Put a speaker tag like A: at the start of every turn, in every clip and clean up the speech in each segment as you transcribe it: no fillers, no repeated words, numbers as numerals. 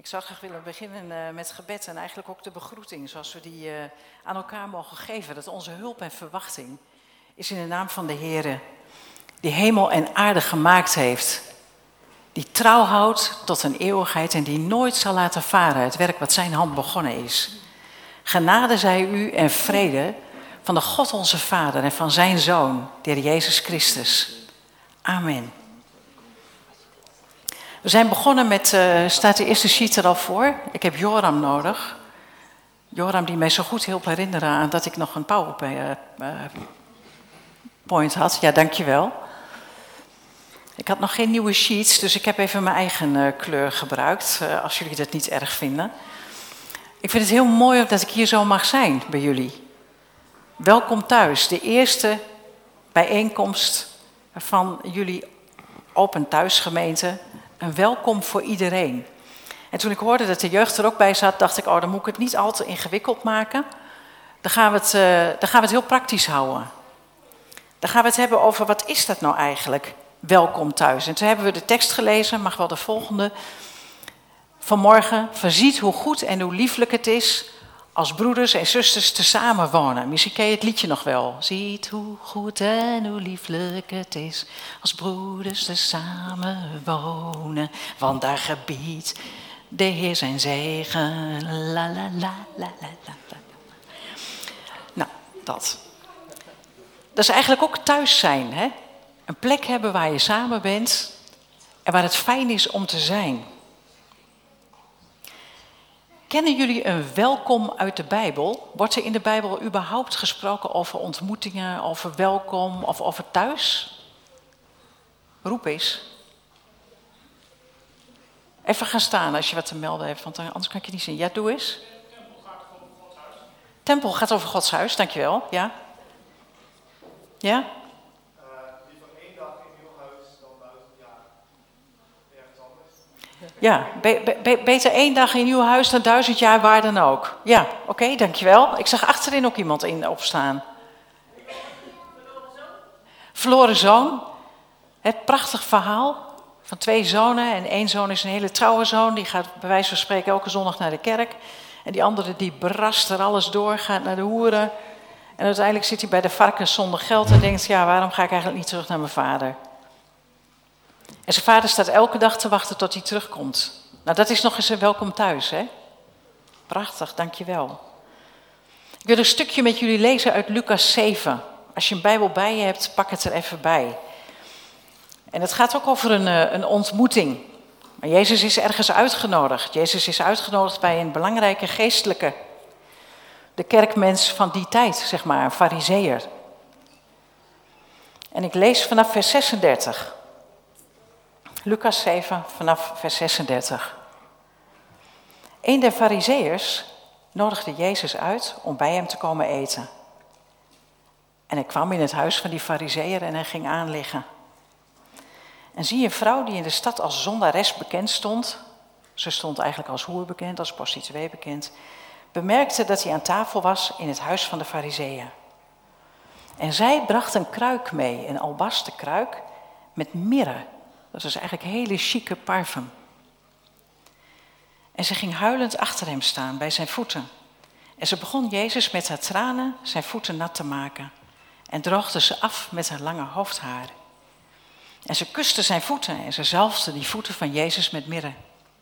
A: Ik zou graag willen beginnen met gebed en eigenlijk ook de begroeting zoals we die aan elkaar mogen geven. Dat onze hulp en verwachting is in de naam van de Heere, die hemel en aarde gemaakt heeft. Die trouw houdt tot een eeuwigheid en die nooit zal laten varen het werk wat zijn hand begonnen is. Genade zij u en vrede van de God onze Vader en van zijn Zoon, de Heer Jezus Christus. Amen. We zijn begonnen met, staat de eerste sheet er al voor. Ik heb Joram nodig. Joram die mij zo goed hielp herinneren aan dat ik nog een PowerPoint had. Ja, dankjewel. Ik had nog geen nieuwe sheets, dus ik heb even mijn eigen kleur gebruikt, als jullie dat niet erg vinden. Ik vind het heel mooi dat ik hier zo mag zijn bij jullie. Welkom thuis, de eerste bijeenkomst van jullie Open Thuisgemeente. Een welkom voor iedereen. En toen ik hoorde dat de jeugd er ook bij zat, dacht ik, dan moet ik het niet al te ingewikkeld maken. Dan gaan we het heel praktisch houden. Dan gaan we het hebben over, wat is dat nou eigenlijk? Welkom thuis. En toen hebben we de tekst gelezen, mag wel de volgende. Vanmorgen, verziet hoe goed en hoe lieflijk het is als broeders en zusters tezamen wonen. Misschien ken je het liedje nog wel. Ziet hoe goed en hoe lieflijk het is als broeders tezamen wonen. Want daar gebiedt de Heer zijn zegen. La la la la la la. Nou, dat. Dat is eigenlijk ook thuis zijn, hè? Een plek hebben waar je samen bent en waar het fijn is om te zijn. Kennen jullie een welkom uit de Bijbel? Wordt er in de Bijbel überhaupt gesproken over ontmoetingen, over welkom of over thuis? Roep eens. Even gaan staan als je wat te melden hebt, want anders kan ik je niet zien. Ja, doe eens. Tempel gaat over Gods huis, dankjewel. Ja? Ja? Ja, beter 1 dag in uw huis dan 1000 jaar waar dan ook. Ja, oké, dankjewel. Ik zag achterin ook iemand opstaan. Verloren zoon. Het prachtig verhaal van 2 zonen. En 1 zoon is een hele trouwe zoon. Die gaat bij wijze van spreken elke zondag naar de kerk. En die andere die brast er alles door, gaat naar de hoeren. En uiteindelijk zit hij bij de varkens zonder geld en denkt, ja, waarom ga ik eigenlijk niet terug naar mijn vader? En zijn vader staat elke dag te wachten tot hij terugkomt. Nou, dat is nog eens een welkom thuis, hè? Prachtig, dankjewel. Ik wil een stukje met jullie lezen uit Lucas 7. Als je een Bijbel bij je hebt, pak het er even bij. En het gaat ook over een ontmoeting. Maar Jezus is ergens uitgenodigd. Jezus is uitgenodigd bij een belangrijke geestelijke. De kerkmens van die tijd, zeg maar, een farizeeër. En ik lees vanaf vers 36. Lucas 7, vanaf vers 36. Een der farizeeërs nodigde Jezus uit om bij hem te komen eten. En hij kwam in het huis van die farizeeër en hij ging aanliggen. En zie een vrouw die in de stad als zondares bekend stond, ze stond eigenlijk als hoer bekend, als prostituee bekend, bemerkte dat hij aan tafel was in het huis van de farizeeën. En zij bracht een kruik mee, een albasten kruik met mirre. Dat is eigenlijk hele chique parfum. En ze ging huilend achter hem staan bij zijn voeten. En ze begon Jezus met haar tranen zijn voeten nat te maken. En droogde ze af met haar lange hoofdhaar. En ze kuste zijn voeten en ze zalfde die voeten van Jezus met mirre.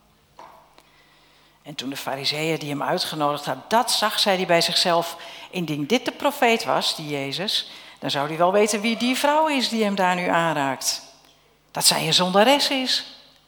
A: En toen de farizeeër die hem uitgenodigd had dat zag, zei hij bij zichzelf, indien dit de profeet was, die Jezus, dan zou hij wel weten wie die vrouw is die hem daar nu aanraakt. Dat zij een zondares is.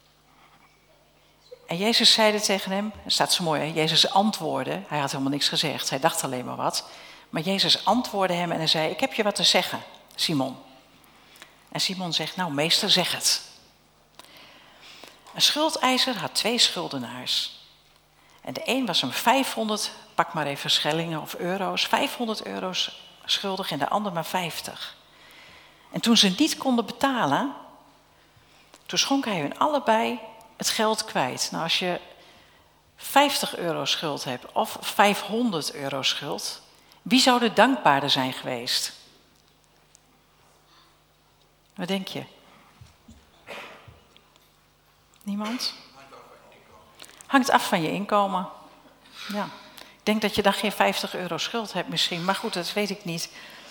A: En Jezus zeide tegen hem, dat staat zo mooi, hè? Jezus antwoordde, hij had helemaal niks gezegd, hij dacht alleen maar wat. Maar Jezus antwoordde hem en hij zei, ik heb je wat te zeggen, Simon. En Simon zegt, nou meester, zeg het. Een schuldeiser had 2 schuldenaars. En de een was hem 500, pak maar even schellingen of euro's, 500 euro's schuldig en de ander maar 50. En toen ze niet konden betalen, toen schonk hij hun allebei het geld kwijt. Nou, als je 50 euro schuld hebt of 500 euro schuld, wie zou de dankbaarder zijn geweest? Wat denk je? Niemand? Hangt af van je inkomen. Ja. Ik denk dat je dan geen 50 euro schuld hebt misschien, maar goed, dat weet ik niet.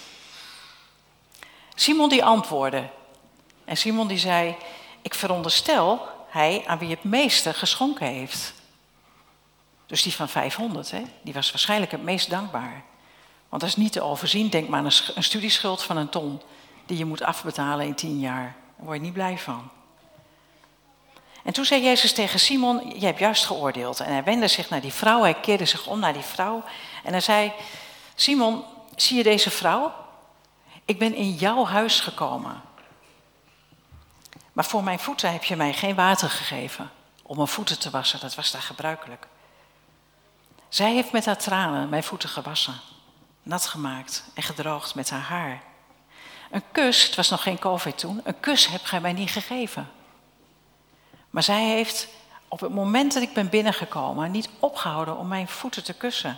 A: Simon die antwoordde. En Simon die zei, ik veronderstel hij aan wie het meeste geschonken heeft. Dus die van 500, hè? Die was waarschijnlijk het meest dankbaar. Want dat is niet te overzien. Denk maar aan een studieschuld van 1 ton die je moet afbetalen in 10 jaar. Daar word je niet blij van. En toen zei Jezus tegen Simon, jij hebt juist geoordeeld. En hij wendde zich naar die vrouw, hij keerde zich om naar die vrouw. En hij zei, Simon, zie je deze vrouw? Ik ben in jouw huis gekomen. Maar voor mijn voeten heb je mij geen water gegeven om mijn voeten te wassen. Dat was daar gebruikelijk. Zij heeft met haar tranen mijn voeten gewassen, nat gemaakt en gedroogd met haar haar. Een kus, het was nog geen COVID toen, een kus heb gij mij niet gegeven. Maar zij heeft op het moment dat ik ben binnengekomen niet opgehouden om mijn voeten te kussen.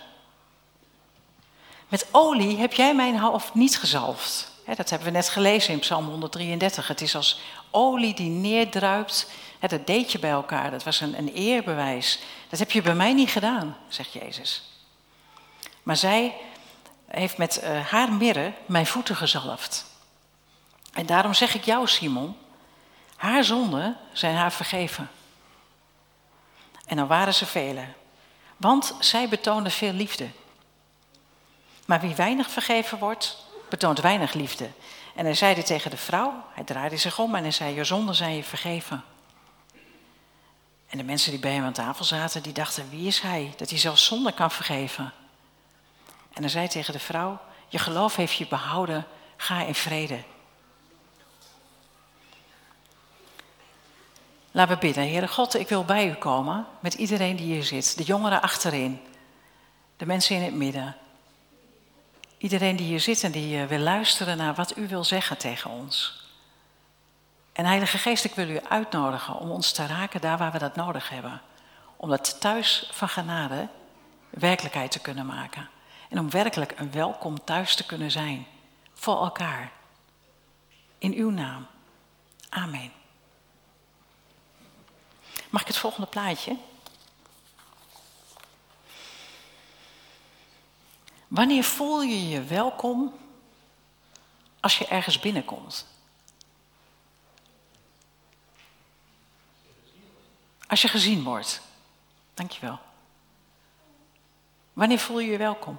A: Met olie heb jij mijn hoofd niet gezalfd. Dat hebben we net gelezen in Psalm 133. Het is als olie die neerdruipt. Dat deed je bij elkaar, dat was een eerbewijs. Dat heb je bij mij niet gedaan, zegt Jezus. Maar zij heeft met haar mirre mijn voeten gezalfd. En daarom zeg ik jou, Simon, haar zonden zijn haar vergeven. En dan waren ze vele. Want zij betoonde veel liefde. Maar wie weinig vergeven wordt, betoont weinig liefde. En hij zeide tegen de vrouw, hij draaide zich om en hij zei, je zonden zijn je vergeven. En de mensen die bij hem aan tafel zaten, die dachten, wie is hij, dat hij zelfs zonde kan vergeven? En hij zei tegen de vrouw, je geloof heeft je behouden, ga in vrede. Laten we bidden. Heere God, ik wil bij u komen met iedereen die hier zit. De jongeren achterin, de mensen in het midden. Iedereen die hier zit en die wil luisteren naar wat u wil zeggen tegen ons. En Heilige Geest, ik wil u uitnodigen om ons te raken daar waar we dat nodig hebben. Om dat thuis van genade werkelijkheid te kunnen maken. En om werkelijk een welkom thuis te kunnen zijn. Voor elkaar. In uw naam. Amen. Mag ik het volgende plaatje? Wanneer voel je je welkom als je ergens binnenkomt? Als je gezien wordt. Dankjewel. Wanneer voel je je welkom?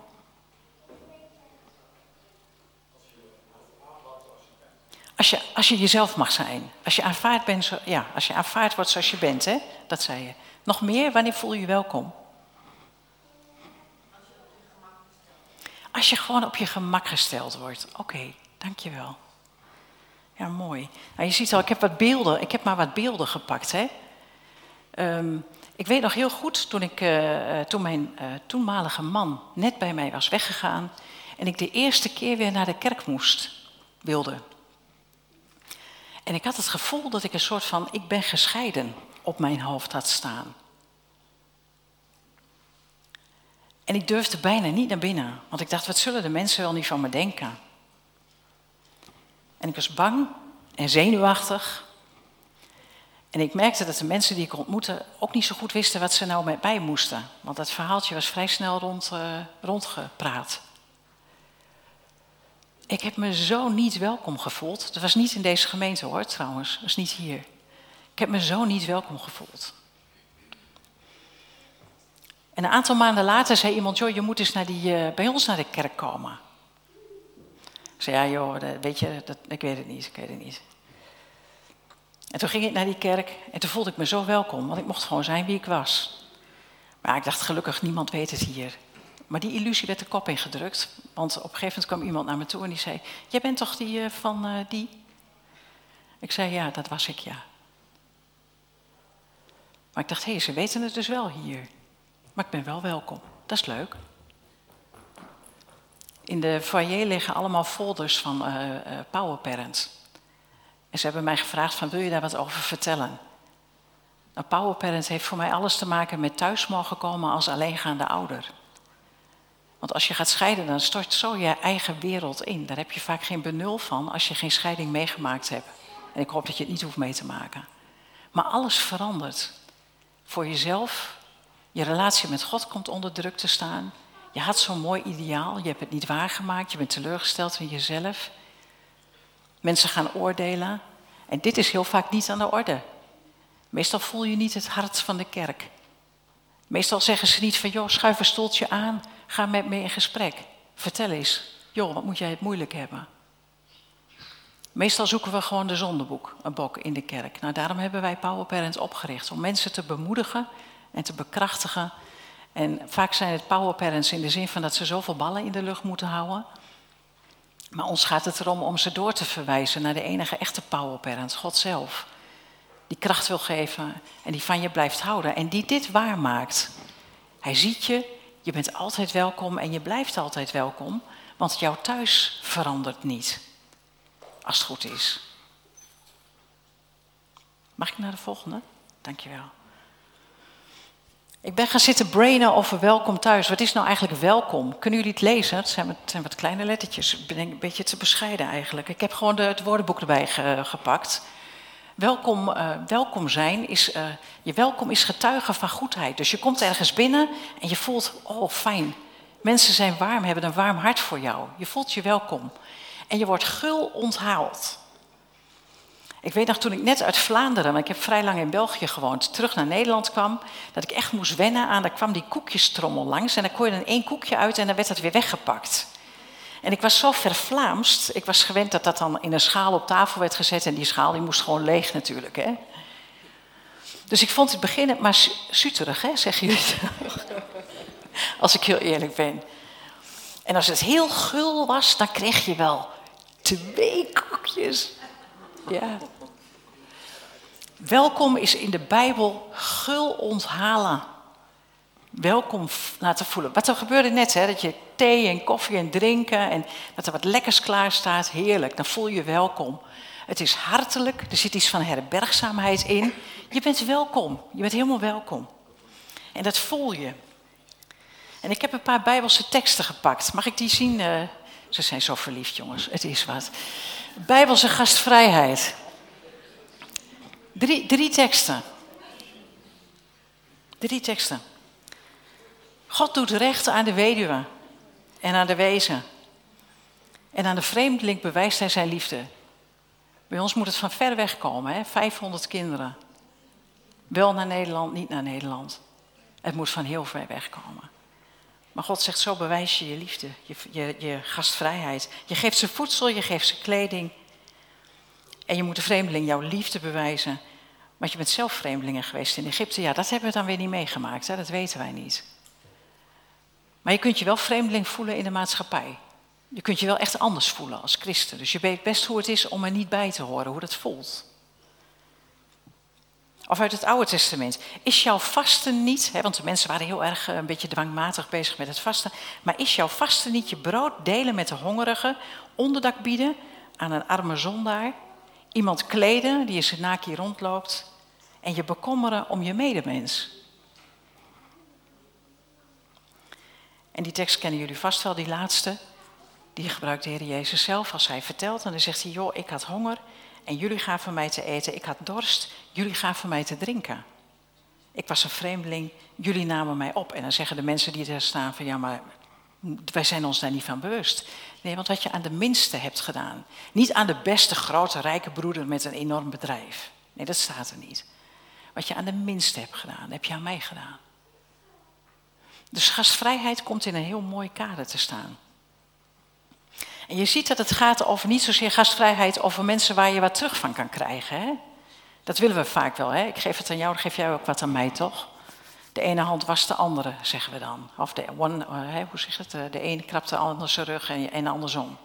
A: Als je jezelf mag zijn. Als je aanvaard bent, als je aanvaard wordt zoals je bent, hè? Dat zei je. Nog meer, wanneer voel je je welkom? Als je gewoon op je gemak gesteld wordt. Oké, dankjewel. Ja, mooi. Nou, je ziet al, ik heb maar wat beelden gepakt, hè? Ik weet nog heel goed, toen mijn toenmalige man net bij mij was weggegaan en ik de eerste keer weer naar de kerk wilde. En ik had het gevoel dat ik een soort van ik ben gescheiden op mijn hoofd had staan. En ik durfde bijna niet naar binnen, want ik dacht, wat zullen de mensen wel niet van me denken? En ik was bang en zenuwachtig. En ik merkte dat de mensen die ik ontmoette ook niet zo goed wisten wat ze nou met mij moesten. Want dat verhaaltje was vrij snel rondgepraat. Ik heb me zo niet welkom gevoeld. Dat was niet in deze gemeente hoor, trouwens. Dat is niet hier. Ik heb me zo niet welkom gevoeld. En een aantal maanden later zei iemand, joh, je moet eens bij ons naar de kerk komen. Ik zei, ja joh, ik weet het niet. En toen ging ik naar die kerk en toen voelde ik me zo welkom, want ik mocht gewoon zijn wie ik was. Maar ik dacht, gelukkig, niemand weet het hier. Maar die illusie werd de kop ingedrukt, want op een gegeven moment kwam iemand naar me toe en die zei, jij bent toch die van die? Ik zei, ja, dat was ik, ja. Maar ik dacht, hé, ze weten het dus wel hier. Maar ik ben wel welkom, dat is leuk. In de foyer liggen allemaal folders van Powerparent. En ze hebben mij gevraagd van, wil je daar wat over vertellen? Nou, Powerparent heeft voor mij alles te maken met thuis mogen komen als alleengaande ouder. Want als je gaat scheiden, dan stort zo je eigen wereld in. Daar heb je vaak geen benul van als je geen scheiding meegemaakt hebt. En ik hoop dat je het niet hoeft mee te maken. Maar alles verandert. Voor jezelf Je relatie met God komt onder druk te staan. Je had zo'n mooi ideaal, je hebt het niet waargemaakt, je bent teleurgesteld in jezelf. Mensen gaan oordelen en dit is heel vaak niet aan de orde. Meestal voel je niet het hart van de kerk. Meestal zeggen ze niet van, joh, schuif een stoeltje aan, ga met me in gesprek. Vertel eens, joh, wat moet jij het moeilijk hebben? Meestal zoeken we gewoon de zondebok in de kerk. Nou, daarom hebben wij Power Parents opgericht, om mensen te bemoedigen en te bekrachtigen. En vaak zijn het Power Parents in de zin van dat ze zoveel ballen in de lucht moeten houden. Maar ons gaat het erom om ze door te verwijzen naar de enige echte Power Parent, God zelf. Die kracht wil geven en die van je blijft houden. En die dit waarmaakt. Hij ziet je, je bent altijd welkom en je blijft altijd welkom. Want jouw thuis verandert niet. Als het goed is. Mag ik naar de volgende? Dankjewel. Ik ben gaan zitten brainen over welkom thuis. Wat is nou eigenlijk welkom? Kunnen jullie het lezen? Het zijn wat kleine lettertjes. Ik ben een beetje te bescheiden eigenlijk. Ik heb gewoon het woordenboek erbij gepakt. Welkom zijn is, je welkom is getuige van goedheid. Dus je komt ergens binnen en je voelt, oh fijn. Mensen zijn warm, hebben een warm hart voor jou. Je voelt je welkom. En je wordt gul onthaald. Ik weet nog toen ik net uit Vlaanderen, maar ik heb vrij lang in België gewoond, terug naar Nederland kwam, dat ik echt moest wennen aan, daar kwam die koekjestrommel langs en dan kon je dan 1 koekje uit en dan werd dat weer weggepakt. En ik was zo vervlaamst, ik was gewend dat dat dan in een schaal op tafel werd gezet en die schaal die moest gewoon leeg natuurlijk. Hè? Dus ik vond het begin maar suterig, hè, zeggen jullie. Als ik heel eerlijk ben. En als het heel gul was, dan kreeg je wel 2 koekjes. Ja. Welkom is in de Bijbel gul onthalen. Welkom laten voelen. Wat er gebeurde net, hè, dat je thee en koffie en drinken en dat er wat lekkers klaar staat, heerlijk. Dan voel je je welkom. Het is hartelijk, er zit iets van herbergzaamheid in. Je bent welkom, je bent helemaal welkom. En dat voel je. En ik heb een paar Bijbelse teksten gepakt. Mag ik die zien? Ze zijn zo verliefd, jongens. Het is wat. Bijbelse gastvrijheid. 3 teksten. 3 teksten. God doet recht aan de weduwe en aan de wezen. En aan de vreemdeling bewijst hij zijn liefde. Bij ons moet het van ver weg komen, hè? 500 kinderen. Wel naar Nederland, niet naar Nederland. Het moet van heel ver weg komen. Maar God zegt, zo bewijs je je liefde, je gastvrijheid. Je geeft ze voedsel, je geeft ze kleding. En je moet de vreemdeling jouw liefde bewijzen. Want je bent zelf vreemdelingen geweest in Egypte. Ja, dat hebben we dan weer niet meegemaakt, hè? Dat weten wij niet. Maar je kunt je wel vreemdeling voelen in de maatschappij. Je kunt je wel echt anders voelen als christen. Dus je weet best hoe het is om er niet bij te horen, hoe dat voelt. Of uit het Oude Testament. Is jouw vasten niet, hè, want de mensen waren heel erg een beetje dwangmatig bezig met het vasten. Maar is jouw vasten niet je brood delen met de hongerigen, onderdak bieden aan een arme zondaar, iemand kleden die in zijn naki rondloopt en je bekommeren om je medemens? En die tekst kennen jullie vast wel, die laatste. Die gebruikt de Heer Jezus zelf als hij vertelt. En dan zegt hij, joh, ik had honger en jullie gaven mij te eten. Ik had dorst, jullie gaven mij te drinken. Ik was een vreemdeling, jullie namen mij op. En dan zeggen de mensen die daar staan van, ja, maar wij zijn ons daar niet van bewust. Nee, want wat je aan de minste hebt gedaan. Niet aan de beste, grote, rijke broeder met een enorm bedrijf. Nee, dat staat er niet. Wat je aan de minste hebt gedaan, heb je aan mij gedaan. Dus gastvrijheid komt in een heel mooi kader te staan. En je ziet dat het gaat over niet zozeer gastvrijheid over mensen waar je wat terug van kan krijgen. Hè? Dat willen we vaak wel. Hè? Ik geef het aan jou, dan geef jij ook wat aan mij, toch? De ene hand wast de andere, zeggen we dan. Of hoe zeg je het? De ene krabt de ander zijn rug en andersom.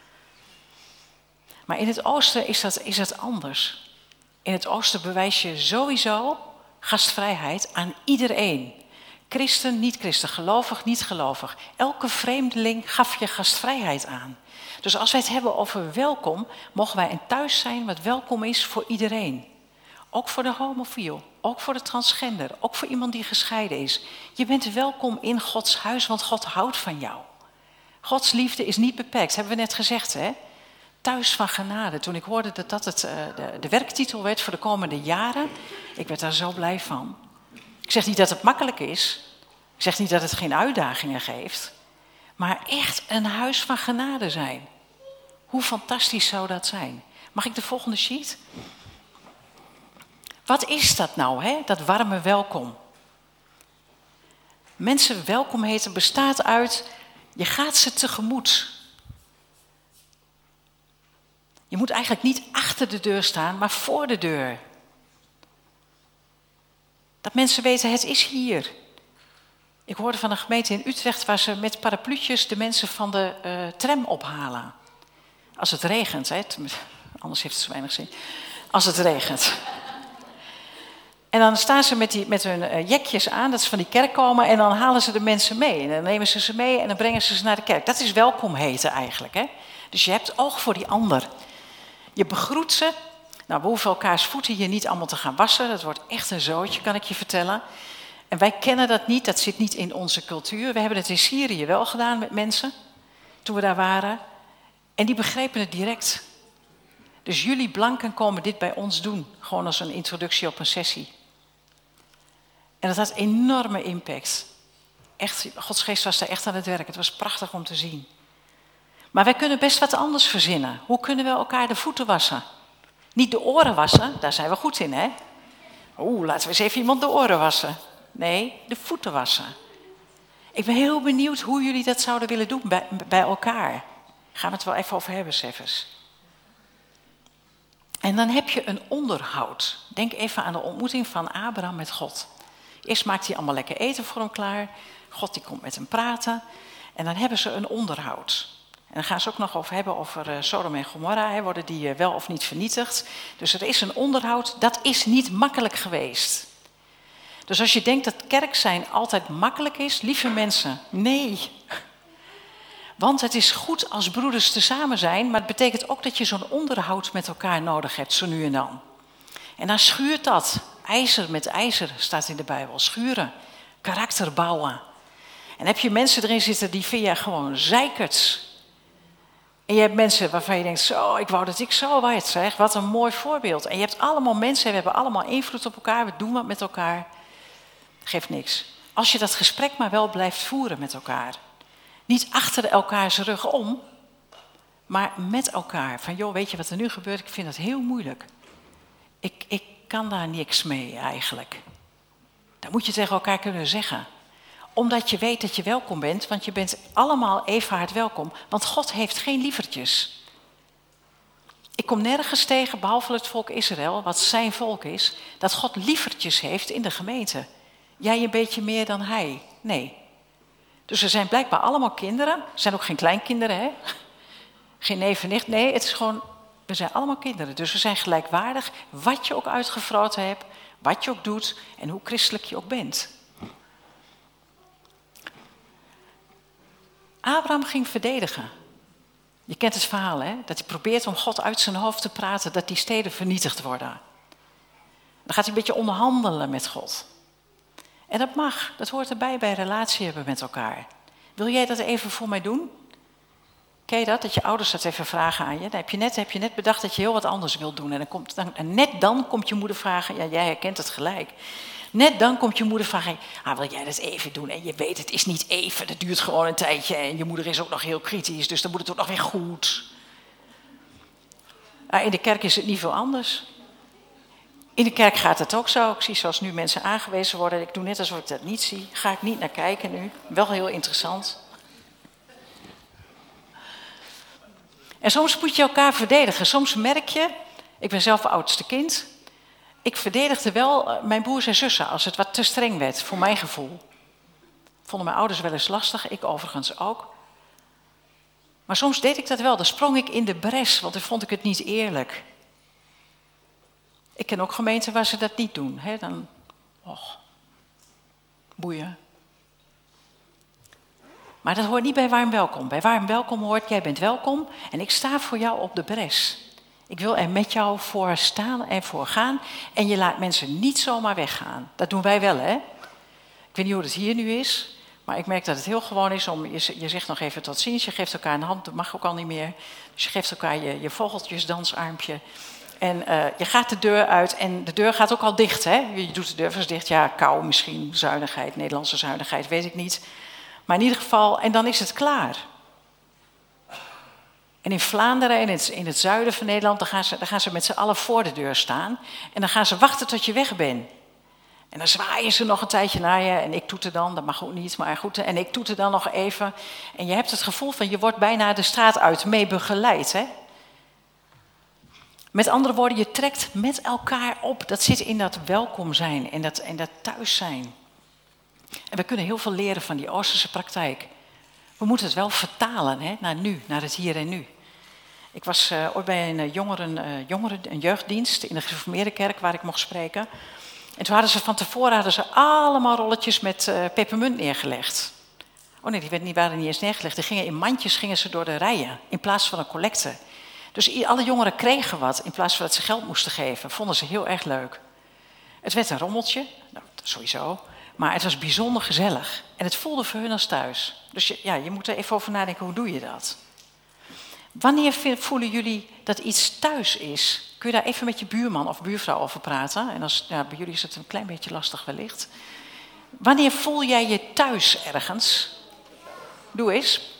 A: Maar in het oosten is dat anders. In het oosten bewijs je sowieso gastvrijheid aan iedereen. Christen, niet-christen, gelovig, niet-gelovig. Elke vreemdeling gaf je gastvrijheid aan. Dus als wij het hebben over welkom, mogen wij een thuis zijn wat welkom is voor iedereen. Ook voor de homofiel, ook voor de transgender, ook voor iemand die gescheiden is. Je bent welkom in Gods huis, want God houdt van jou. Gods liefde is niet beperkt, hebben we net gezegd, hè? Thuis van genade. Toen ik hoorde dat het de werktitel werd voor de komende jaren, ik werd daar zo blij van. Ik zeg niet dat het makkelijk is. Ik zeg niet dat het geen uitdagingen geeft. Maar echt een huis van genade zijn. Hoe fantastisch zou dat zijn? Mag ik de volgende sheet? Wat is dat nou, hè? Dat warme welkom? Mensen welkom heten bestaat uit, je gaat ze tegemoet. Je moet eigenlijk niet achter de deur staan, maar voor de deur. Dat mensen weten, het is hier. Ik hoorde van een gemeente in Utrecht waar ze met parapluutjes de mensen van de tram ophalen. Als het regent, hè? Anders heeft het zo weinig zin. Als het regent. En dan staan ze met hun jekjes aan, dat ze van die kerk komen, en dan halen ze de mensen mee. En dan nemen ze mee en dan brengen ze naar de kerk. Dat is welkom heten eigenlijk, hè? Dus je hebt oog voor die ander. Je begroet ze. Nou, we hoeven elkaars voeten hier niet allemaal te gaan wassen. Dat wordt echt een zootje, kan ik je vertellen. En wij kennen dat niet, dat zit niet in onze cultuur. We hebben het in Syrië wel gedaan met mensen, toen we daar waren. En die begrepen het direct. Dus jullie blanken komen dit bij ons doen. Gewoon als een introductie op een sessie. En dat had enorme impact. Echt, Gods geest was daar echt aan het werk. Het was prachtig om te zien. Maar wij kunnen best wat anders verzinnen. Hoe kunnen we elkaar de voeten wassen? Niet de oren wassen, daar zijn we goed in, hè? Laten we eens even iemand de oren wassen. Nee, de voeten wassen. Ik ben heel benieuwd hoe jullie dat zouden willen doen bij elkaar. Daar gaan we het wel even over hebben, Seffers. En dan heb je een onderhoud. Denk even aan de ontmoeting van Abraham met God. Eerst maakt hij allemaal lekker eten voor hem klaar. God die komt met hem praten. En dan hebben ze een onderhoud. En dan gaan ze ook nog over hebben over Sodom en Gomorra. Worden die wel of niet vernietigd. Dus er is een onderhoud. Dat is niet makkelijk geweest. Dus als je denkt dat kerk zijn altijd makkelijk is, lieve mensen, nee. Want het is goed als broeders tezamen zijn, maar het betekent ook dat je zo'n onderhoud met elkaar nodig hebt, zo nu en dan. En dan schuurt dat. IJzer met ijzer staat in de Bijbel. Schuren, karakter bouwen. En heb je mensen erin zitten die vind je gewoon zeikerts. En je hebt mensen waarvan je denkt, zo, ik wou dat ik zo werd, zeg. Wat een mooi voorbeeld. En je hebt allemaal mensen, we hebben allemaal invloed op elkaar, we doen wat met elkaar. Geeft niks. Als je dat gesprek maar wel blijft voeren met elkaar. Niet achter elkaars rug om, maar met elkaar. Van joh, weet je wat er nu gebeurt? Ik vind dat heel moeilijk. Ik kan daar niks mee eigenlijk. Dat moet je tegen elkaar kunnen zeggen. Omdat je weet dat je welkom bent, want je bent allemaal even hard welkom. Want God heeft geen lievertjes. Ik kom nergens tegen, behalve het volk Israël, wat zijn volk is, dat God lievertjes heeft in de gemeente. Jij een beetje meer dan hij. Nee. Dus er zijn blijkbaar allemaal kinderen. Er zijn ook geen kleinkinderen, hè? Geen neef en nicht. Nee, het is gewoon, we zijn allemaal kinderen. Dus we zijn gelijkwaardig, wat je ook uitgevroten hebt, wat je ook doet en hoe christelijk je ook bent. Abraham ging verdedigen. Je kent het verhaal, hè? Dat hij probeert om God uit zijn hoofd te praten, dat die steden vernietigd worden. Dan gaat hij een beetje onderhandelen met God. En dat mag, dat hoort erbij bij relatie hebben met elkaar. Wil jij dat even voor mij doen? Ken je dat? Dat je ouders dat even vragen aan je. Dan heb je net bedacht dat je heel wat anders wilt doen. En net dan komt je moeder vragen, ja, jij herkent het gelijk. Net dan komt je moeder vragen, wil jij dat even doen? En je weet, het is niet even, dat duurt gewoon een tijdje. En je moeder is ook nog heel kritisch, dus dan moet het ook nog weer goed. Maar in de kerk is het niet veel anders. In de kerk gaat het ook zo. Ik zie zoals nu mensen aangewezen worden. Ik doe net alsof ik dat niet zie. Ga ik niet naar kijken nu. Wel heel interessant. En soms moet je elkaar verdedigen. Soms merk je, ik ben zelf oudste kind. Ik verdedigde wel mijn broers en zussen als het wat te streng werd, voor mijn gevoel. Vonden mijn ouders wel eens lastig, ik overigens ook. Maar soms deed ik dat wel. Dan sprong ik in de bres, want dan vond ik het niet eerlijk. Ik ken ook gemeenten waar ze dat niet doen. Hè? Dan, boeien. Maar dat hoort niet bij warm welkom. Bij warm welkom hoort, jij bent welkom en ik sta voor jou op de bres. Ik wil er met jou voor staan en voor gaan. En je laat mensen niet zomaar weggaan. Dat doen wij wel, hè? Ik weet niet hoe het hier nu is. Maar ik merk dat het heel gewoon is om, je zegt nog even tot ziens. Je geeft elkaar een hand, dat mag ook al niet meer. Dus je geeft elkaar je vogeltjesdansarmpje. En je gaat de deur uit en de deur gaat ook al dicht. Hè? Je doet de deur vast dicht. Ja, kou misschien, zuinigheid, Nederlandse zuinigheid, weet ik niet. Maar in ieder geval, en dan is het klaar. En in Vlaanderen en in het zuiden van Nederland, dan gaan ze met z'n allen voor de deur staan. En dan gaan ze wachten tot je weg bent. En dan zwaaien ze nog een tijdje naar je. En ik toeter dan, dat mag ook niet, maar goed. En ik toeter dan nog even. En je hebt het gevoel van, je wordt bijna de straat uit mee begeleid. Hè? Met andere woorden, je trekt met elkaar op. Dat zit in dat welkom zijn en dat thuis zijn. En we kunnen heel veel leren van die Oosterse praktijk. We moeten het wel vertalen, hè, naar nu, naar het hier en nu. Ik was ooit bij een jeugddienst in de gereformeerde kerk waar ik mocht spreken. En toen hadden ze allemaal rolletjes met pepermunt neergelegd. Oh nee, die waren niet eens neergelegd. Die gingen in mandjes door de rijen in plaats van een collecte. Dus alle jongeren kregen wat in plaats van dat ze geld moesten geven. Vonden ze heel erg leuk. Het werd een rommeltje, nou, sowieso. Maar het was bijzonder gezellig. En het voelde voor hun als thuis. Dus je moet er even over nadenken, hoe doe je dat? Wanneer voelen jullie dat iets thuis is? Kun je daar even met je buurman of buurvrouw over praten? En bij jullie is het een klein beetje lastig wellicht. Wanneer voel jij je thuis ergens? Doe eens.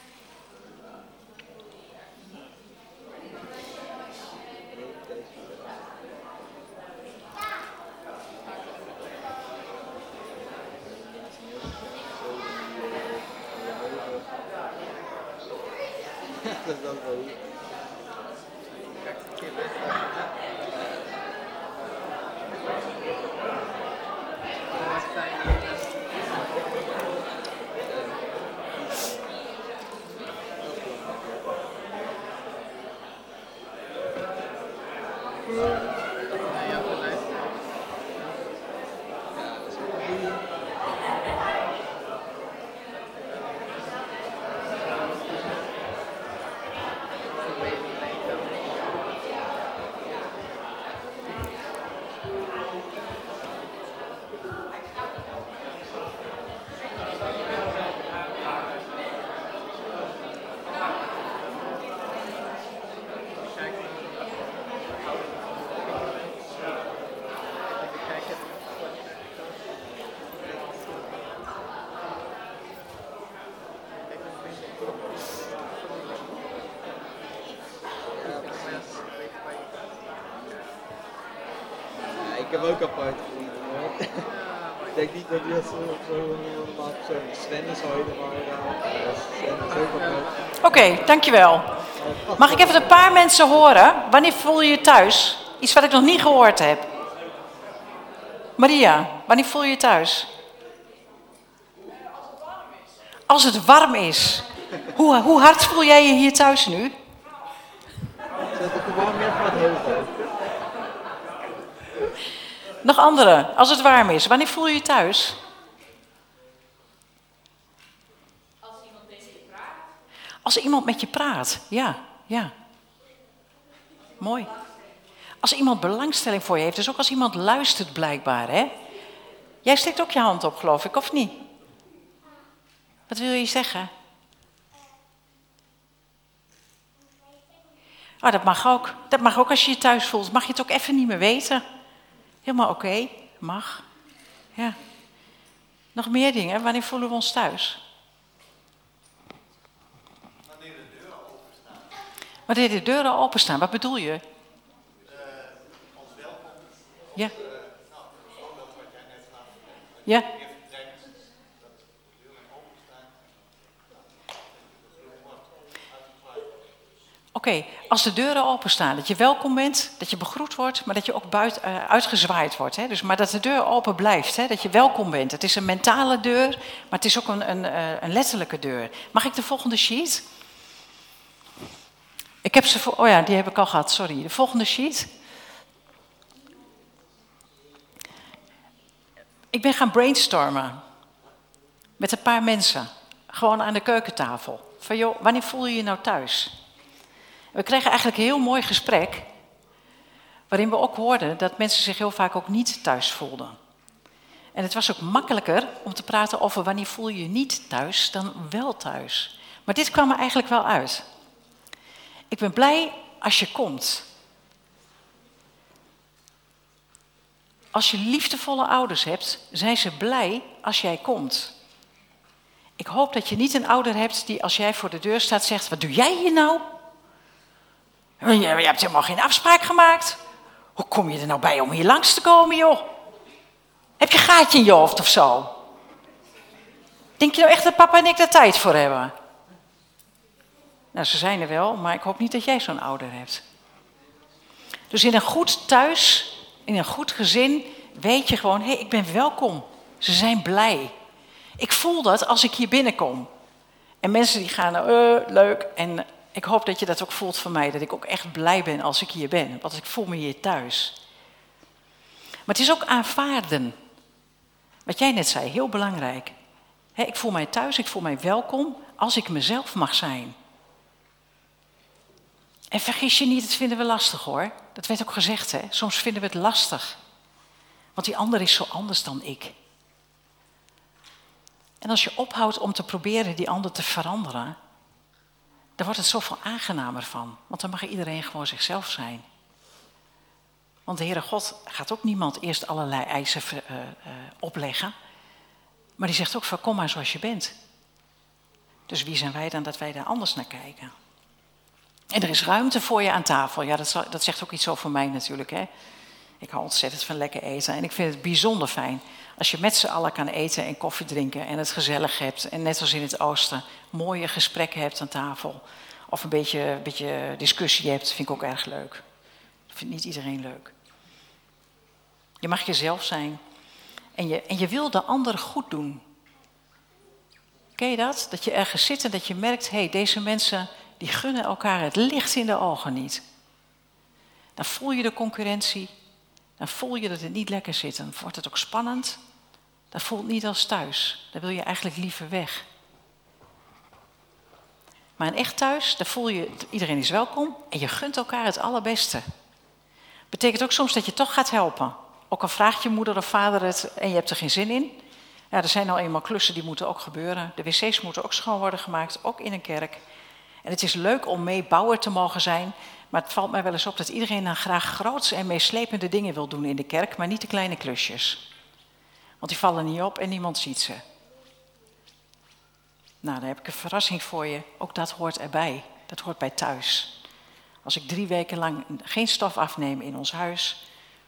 B: Ik heb ook apart vrienden, hoor. Ik denk niet dat je zo normaal persoon is. Sven is ooit, maar Sven is ook apart.
A: Oké, dankjewel. Mag ik even een paar mensen horen? Wanneer voel je je thuis? Iets wat ik nog niet gehoord heb. Maria, wanneer voel je je thuis? Als het warm is. Hoe hard voel jij je hier thuis nu?
B: Zet ik de warm even wat hoger.
A: Nog andere, als het warm is. Wanneer voel je je thuis?
C: Als iemand met je praat.
A: Als iemand met je praat, ja. Mooi. Als iemand belangstelling voor je heeft, dus ook als iemand luistert blijkbaar, hè? Jij steekt ook je hand op, geloof ik, of niet? Wat wil je zeggen? Oh, dat mag ook. Dat mag ook als je je thuis voelt. Mag je het ook even niet meer weten? Helemaal oké, mag. Ja. Nog meer dingen. Wanneer voelen we ons thuis?
D: Wanneer de deuren openstaan.
A: Wanneer de deuren openstaan, wat bedoel je?
D: Ons welkom.
A: Ja.
D: Bijvoorbeeld wat jij net gaf.
A: Ja.
D: Je vertrekt, dat de deuren openstaan.
A: Oké, als de deuren openstaan, dat je welkom bent, dat je begroet wordt, maar dat je ook uitgezwaaid wordt. Hè? Dus, maar dat de deur open blijft, hè? Dat je welkom bent. Het is een mentale deur, maar het is ook een letterlijke deur. Mag ik de volgende sheet? Ik heb ze oh ja, die heb ik al gehad, sorry. De volgende sheet. Ik ben gaan brainstormen met een paar mensen, gewoon aan de keukentafel. Van joh, wanneer voel je je nou thuis? We kregen eigenlijk een heel mooi gesprek, waarin we ook hoorden dat mensen zich heel vaak ook niet thuis voelden. En het was ook makkelijker om te praten over wanneer voel je je niet thuis dan wel thuis. Maar dit kwam er eigenlijk wel uit. Ik ben blij als je komt. Als je liefdevolle ouders hebt, zijn ze blij als jij komt. Ik hoop dat je niet een ouder hebt die als jij voor de deur staat zegt, wat doe jij hier nou? Je hebt helemaal geen afspraak gemaakt. Hoe kom je er nou bij om hier langs te komen, joh? Heb je een gaatje in je hoofd of zo? Denk je nou echt dat papa en ik daar tijd voor hebben? Nou, ze zijn er wel, maar ik hoop niet dat jij zo'n ouder hebt. Dus in een goed thuis, in een goed gezin, weet je gewoon, hé, ik ben welkom. Ze zijn blij. Ik voel dat als ik hier binnenkom. En mensen die gaan, leuk. En ik hoop dat je dat ook voelt van mij, dat ik ook echt blij ben als ik hier ben. Want ik voel me hier thuis. Maar het is ook aanvaarden. Wat jij net zei, heel belangrijk. Ik voel mij thuis, ik voel mij welkom als ik mezelf mag zijn. En vergis je niet, dat vinden we lastig hoor. Dat werd ook gezegd, hè. Soms vinden we het lastig. Want die ander is zo anders dan ik. En als je ophoudt om te proberen die ander te veranderen, dan wordt het zoveel aangenamer van. Want dan mag iedereen gewoon zichzelf zijn. Want de Heere God gaat ook niemand eerst allerlei eisen opleggen. Maar die zegt ook van kom maar zoals je bent. Dus wie zijn wij dan dat wij daar anders naar kijken? En er is ruimte voor je aan tafel. Ja, dat zegt ook iets over mij natuurlijk. Hè? Ik hou ontzettend van lekker eten. En ik vind het bijzonder fijn als je met z'n allen kan eten en koffie drinken. En het gezellig hebt. En net als in het oosten mooie gesprekken hebt aan tafel. Of een beetje discussie hebt. Vind ik ook erg leuk. Dat vindt niet iedereen leuk. Je mag jezelf zijn. En je wil de ander goed doen. Ken je dat? Dat je ergens zit en dat je merkt, hé, deze mensen die gunnen elkaar het licht in de ogen niet. Dan voel je de concurrentie. Dan voel je dat het niet lekker zit. Dan wordt het ook spannend. Dat voelt niet als thuis. Dan wil je eigenlijk liever weg. Maar een echt thuis, daar voel je, iedereen is welkom. En je gunt elkaar het allerbeste. Betekent ook soms dat je toch gaat helpen. Ook al vraagt je moeder of vader het en je hebt er geen zin in. Ja, er zijn nou eenmaal klussen die moeten ook gebeuren. De wc's moeten ook schoon worden gemaakt, ook in een kerk. En het is leuk om meebouwer te mogen zijn. Maar het valt mij wel eens op dat iedereen dan graag groots en meeslepende dingen wil doen in de kerk. Maar niet de kleine klusjes. Want die vallen niet op en niemand ziet ze. Nou, dan heb ik een verrassing voor je. Ook dat hoort erbij. Dat hoort bij thuis. Als ik 3 weken lang geen stof afneem in ons huis.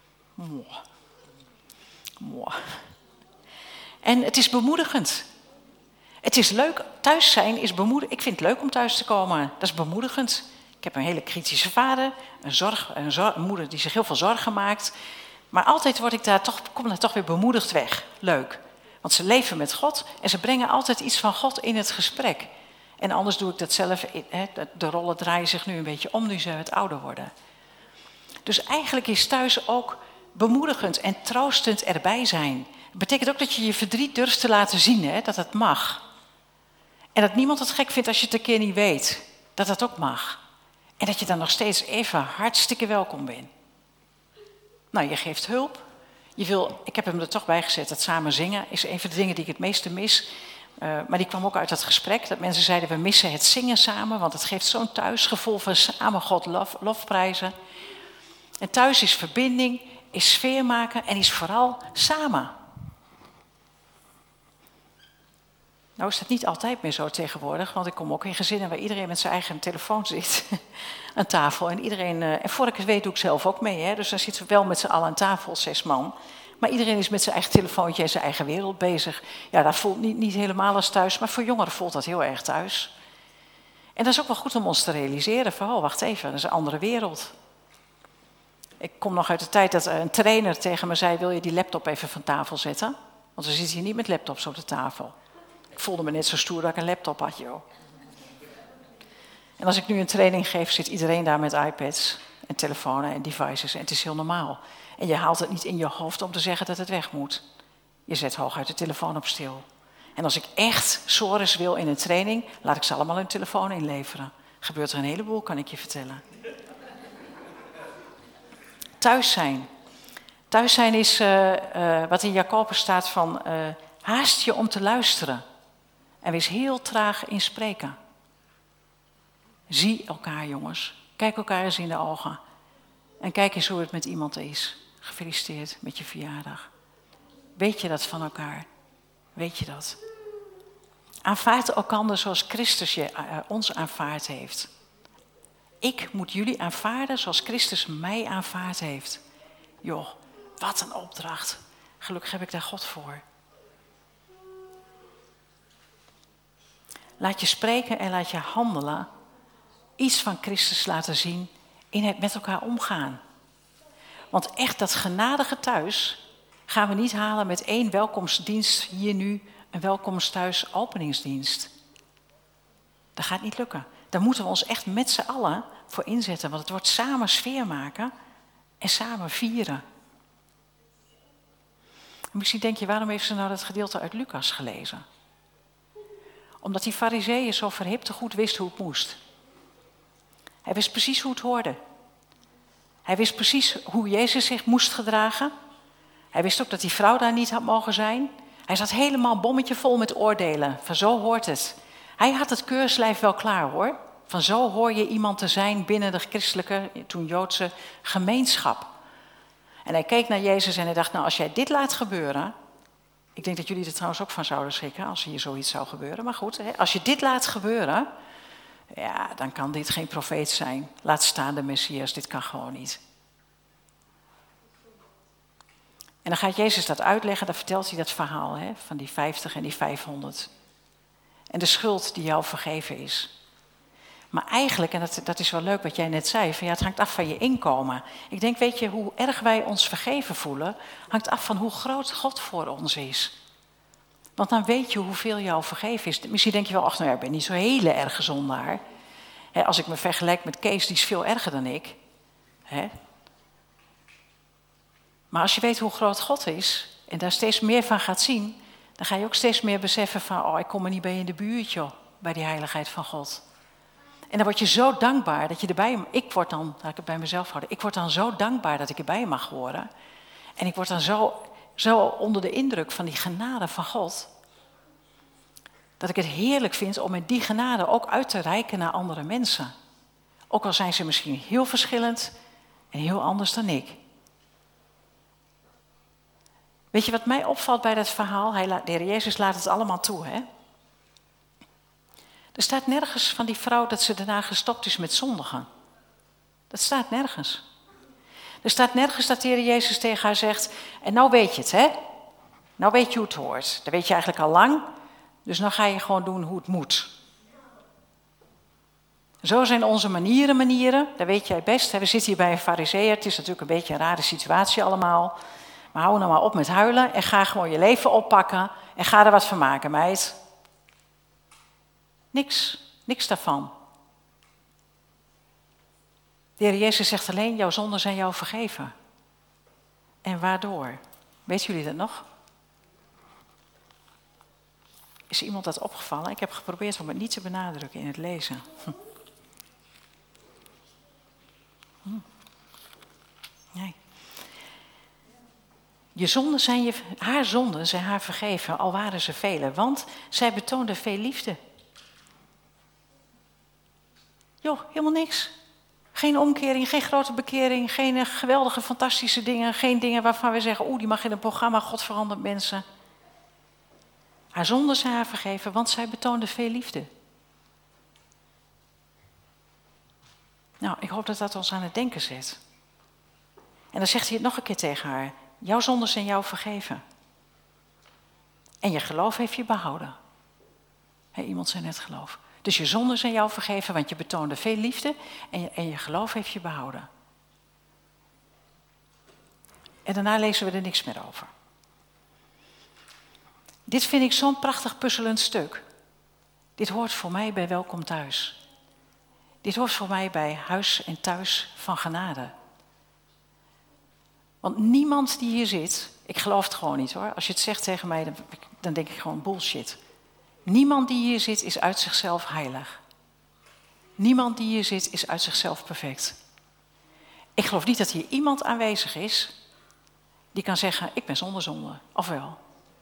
A: En het is bemoedigend. Het is leuk. Thuis zijn is bemoedigend. Ik vind het leuk om thuis te komen. Dat is bemoedigend. Ik heb een hele kritische vader. Een moeder die zich heel veel zorgen maakt. Maar altijd kom ik daar toch weer bemoedigd weg. Leuk. Want ze leven met God. En ze brengen altijd iets van God in het gesprek. En anders doe ik dat zelf. De rollen draaien zich nu een beetje om nu ze het ouder worden. Dus eigenlijk is thuis ook bemoedigend en troostend erbij zijn. Dat betekent ook dat je je verdriet durft te laten zien, hè? Dat het mag. En dat niemand het gek vindt als je het een keer niet weet. Dat dat ook mag. En dat je dan nog steeds even hartstikke welkom bent. Nou, je geeft hulp. Ik heb hem er toch bij gezet, dat samen zingen is een van de dingen die ik het meeste mis. Maar die kwam ook uit dat gesprek, dat mensen zeiden we missen het zingen samen. Want het geeft zo'n thuisgevoel van samen God lofprijzen. En thuis is verbinding, is sfeer maken en is vooral samen. Nou is dat niet altijd meer zo tegenwoordig, want ik kom ook in gezinnen waar iedereen met zijn eigen telefoon zit aan tafel. En voor ik het weet doe ik zelf ook mee, hè? Dus dan zitten we wel met z'n allen aan tafel, 6 man. Maar iedereen is met zijn eigen telefoontje en zijn eigen wereld bezig. Ja, dat voelt niet helemaal als thuis, maar voor jongeren voelt dat heel erg thuis. En dat is ook wel goed om ons te realiseren van, wacht even, dat is een andere wereld. Ik kom nog uit de tijd dat een trainer tegen me zei, wil je die laptop even van tafel zetten? Want we zitten hier niet met laptops op de tafel. Ik voelde me net zo stoer dat ik een laptop had, joh. En als ik nu een training geef, zit iedereen daar met iPads en telefoons en devices. En het is heel normaal. En je haalt het niet in je hoofd om te zeggen dat het weg moet. Je zet hooguit de telefoon op stil. En als ik echt sores wil in een training, laat ik ze allemaal hun telefoon inleveren. Gebeurt er een heleboel, kan ik je vertellen. Thuis zijn. Thuis zijn is wat in Jacobus staat van haast je om te luisteren. En wees heel traag in spreken. Zie elkaar, jongens. Kijk elkaar eens in de ogen. En kijk eens hoe het met iemand is. gefeliciteerd met je verjaardag. Weet je dat van elkaar? Weet je dat? Aanvaard elkander zoals Christus ons aanvaard heeft. Ik moet jullie aanvaarden zoals Christus mij aanvaard heeft. Joh, wat een opdracht. Gelukkig heb ik daar God voor. Laat je spreken en laat je handelen. Iets van Christus laten zien in het met elkaar omgaan. Want echt dat genadige thuis gaan we niet halen met 1 welkomstdienst hier nu, een welkomst thuis openingsdienst. Dat gaat niet lukken. Daar moeten we ons echt met z'n allen voor inzetten, want het wordt samen sfeer maken en samen vieren. En misschien denk je, waarom heeft ze nou dat gedeelte uit Lucas gelezen? Omdat die farizeeën zo verhipte goed wist hoe het moest. Hij wist precies hoe het hoorde. Hij wist precies hoe Jezus zich moest gedragen. Hij wist ook dat die vrouw daar niet had mogen zijn. Hij zat helemaal bommetje vol met oordelen. Van zo hoort het. Hij had het keurslijf wel klaar hoor. Van zo hoor je iemand te zijn binnen de christelijke, toen Joodse gemeenschap. En hij keek naar Jezus en hij dacht, nou als jij dit laat gebeuren. Ik denk dat jullie er trouwens ook van zouden schrikken als hier zoiets zou gebeuren. Maar goed, als je dit laat gebeuren, ja, dan kan dit geen profeet zijn. Laat staan de Messias, dit kan gewoon niet. En dan gaat Jezus dat uitleggen, dan vertelt hij dat verhaal van die 50 en die 500. En de schuld die jou vergeven is. Maar eigenlijk, en dat is wel leuk wat jij net zei, van ja, het hangt af van je inkomen. Ik denk, weet je, hoe erg wij ons vergeven voelen, hangt af van hoe groot God voor ons is. Want dan weet je hoeveel jou vergeven is. Misschien denk je wel, ach nou ja, ik ben niet zo'n hele erge zondaar. Als ik me vergelijk met Kees, die is veel erger dan ik. Maar als je weet hoe groot God is, en daar steeds meer van gaat zien, dan ga je ook steeds meer beseffen van, oh, ik kom er niet bij in de buurt, joh, bij die heiligheid van God. En dan word je zo dankbaar dat je erbij, laat ik het bij mezelf houden, ik word dan zo dankbaar dat ik erbij mag horen. En ik word dan zo onder de indruk van die genade van God, dat ik het heerlijk vind om met die genade ook uit te reiken naar andere mensen. Ook al zijn ze misschien heel verschillend en heel anders dan ik. Weet je wat mij opvalt bij dat verhaal? De Heer Jezus laat het allemaal toe, hè? Er staat nergens van die vrouw dat ze daarna gestopt is met zondigen. Dat staat nergens. Er staat nergens dat de Heer Jezus tegen haar zegt, en nou weet je het, hè? Nou weet je hoe het hoort. Dat weet je eigenlijk al lang, dus nou ga je gewoon doen hoe het moet. Zo zijn onze manieren, dat weet jij best. We zitten hier bij een farizeeër, het is natuurlijk een beetje een rare situatie allemaal. Maar hou nou maar op met huilen en ga gewoon je leven oppakken en ga er wat van maken, meid. Niks daarvan. De Heer Jezus zegt alleen, jouw zonden zijn jou vergeven. En waardoor? Weten jullie dat nog? Is iemand dat opgevallen? Ik heb geprobeerd om het niet te benadrukken in het lezen. Nee. Haar zonden zijn haar vergeven, al waren ze vele, want zij betoonde veel liefde. Joh, helemaal niks. Geen omkering, geen grote bekering, geen geweldige, fantastische dingen, geen dingen waarvan we zeggen, die mag in een programma, God verandert mensen. Haar zonden zijn haar vergeven, want zij betoonde veel liefde. Nou, ik hoop dat dat ons aan het denken zet. En dan zegt hij het nog een keer tegen haar. Jouw zonden zijn jou vergeven. En je geloof heeft je behouden. Iemand zei net geloof. Dus je zonden zijn jou vergeven, want je betoonde veel liefde en je geloof heeft je behouden. En daarna lezen we er niks meer over. Dit vind ik zo'n prachtig puzzelend stuk. Dit hoort voor mij bij Welkom Thuis. Dit hoort voor mij bij Huis en Thuis van Genade. Want niemand die hier zit, ik geloof het gewoon niet hoor. Als je het zegt tegen mij, dan denk ik gewoon bullshit. Niemand die hier zit is uit zichzelf heilig. Niemand die hier zit is uit zichzelf perfect. Ik geloof niet dat hier iemand aanwezig is die kan zeggen, ik ben zonder zonde. Of wel?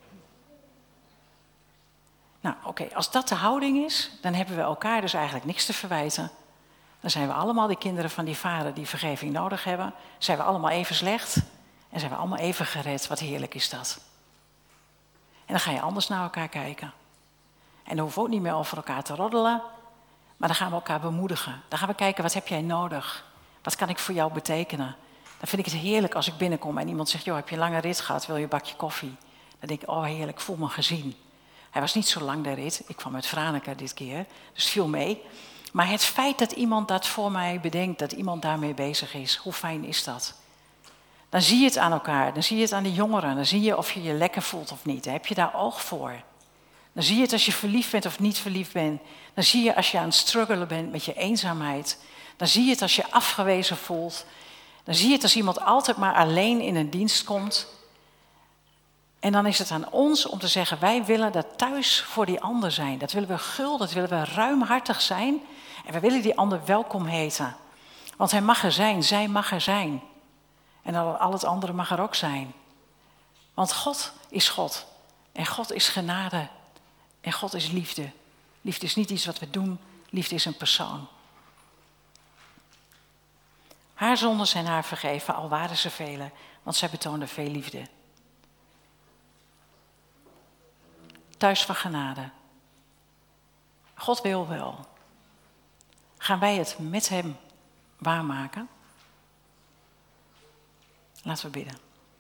A: Nou oké, als dat de houding is, dan hebben we elkaar dus eigenlijk niks te verwijten. Dan zijn we allemaal die kinderen van die vader die vergeving nodig hebben. Zijn we allemaal even slecht. En zijn we allemaal even gered. Wat heerlijk is dat. En dan ga je anders naar elkaar kijken. En dan hoeven we ook niet meer over elkaar te roddelen. Maar dan gaan we elkaar bemoedigen. Dan gaan we kijken, wat heb jij nodig? Wat kan ik voor jou betekenen? Dan vind ik het heerlijk als ik binnenkom en iemand zegt, joh, heb je een lange rit gehad? Wil je een bakje koffie? Dan denk ik, oh heerlijk, ik voel me gezien. Hij was niet zo lang de rit. Ik kwam uit Franeker dit keer, dus het viel mee. Maar het feit dat iemand dat voor mij bedenkt, dat iemand daarmee bezig is, hoe fijn is dat? Dan zie je het aan elkaar, dan zie je het aan de jongeren. Dan zie je of je je lekker voelt of niet. Dan heb je daar oog voor. Dan zie je het als je verliefd bent of niet verliefd bent. Dan zie je als je aan het struggelen bent met je eenzaamheid. Dan zie je het als je afgewezen voelt. Dan zie je het als iemand altijd maar alleen in een dienst komt. En dan is het aan ons om te zeggen, wij willen dat thuis voor die ander zijn. Dat willen we gul, dat willen we ruimhartig zijn. En we willen die ander welkom heten. Want hij mag er zijn, zij mag er zijn. En al het andere mag er ook zijn. Want God is God. En God is genade. En God is liefde. Liefde is niet iets wat we doen. Liefde is een persoon. Haar zonden zijn haar vergeven, al waren ze vele. Want zij betoonde veel liefde. Thuis van genade. God wil wel. Gaan wij het met hem waarmaken? Laten we bidden.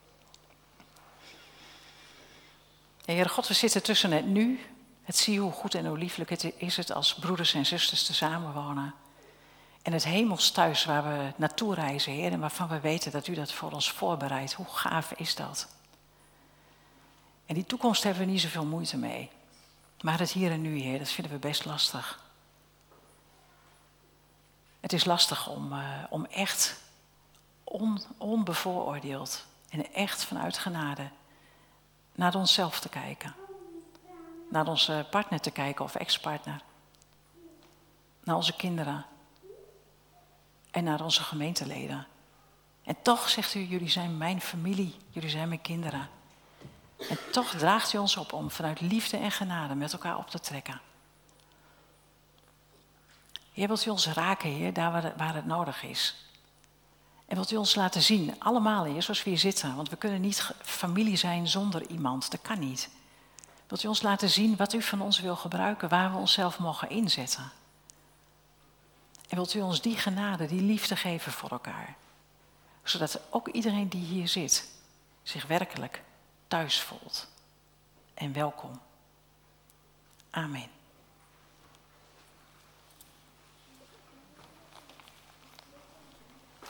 A: Heere God, we zitten tussen het nu. Het zie hoe goed en hoe lieflijk het is het als broeders en zusters te samenwonen. En het hemels thuis waar we naartoe reizen, Heer, en waarvan we weten dat u dat voor ons voorbereidt. Hoe gaaf is dat? En die toekomst hebben we niet zoveel moeite mee. Maar het hier en nu, Heer, dat vinden we best lastig. Het is lastig om echt onbevooroordeeld en echt vanuit genade naar onszelf te kijken. Naar onze partner te kijken of ex-partner. Naar onze kinderen. En naar onze gemeenteleden. En toch zegt u, jullie zijn mijn familie, jullie zijn mijn kinderen. En toch draagt u ons op om vanuit liefde en genade met elkaar op te trekken. Heer, wilt u ons raken, Heer, daar waar het nodig is. En wilt u ons laten zien, allemaal, Heer, zoals we hier zitten. Want we kunnen niet familie zijn zonder iemand, dat kan niet. Wilt u ons laten zien wat u van ons wil gebruiken, waar we onszelf mogen inzetten. En wilt u ons die genade, die liefde geven voor elkaar. Zodat ook iedereen die hier zit, zich werkelijk thuis voelt. En welkom. Amen.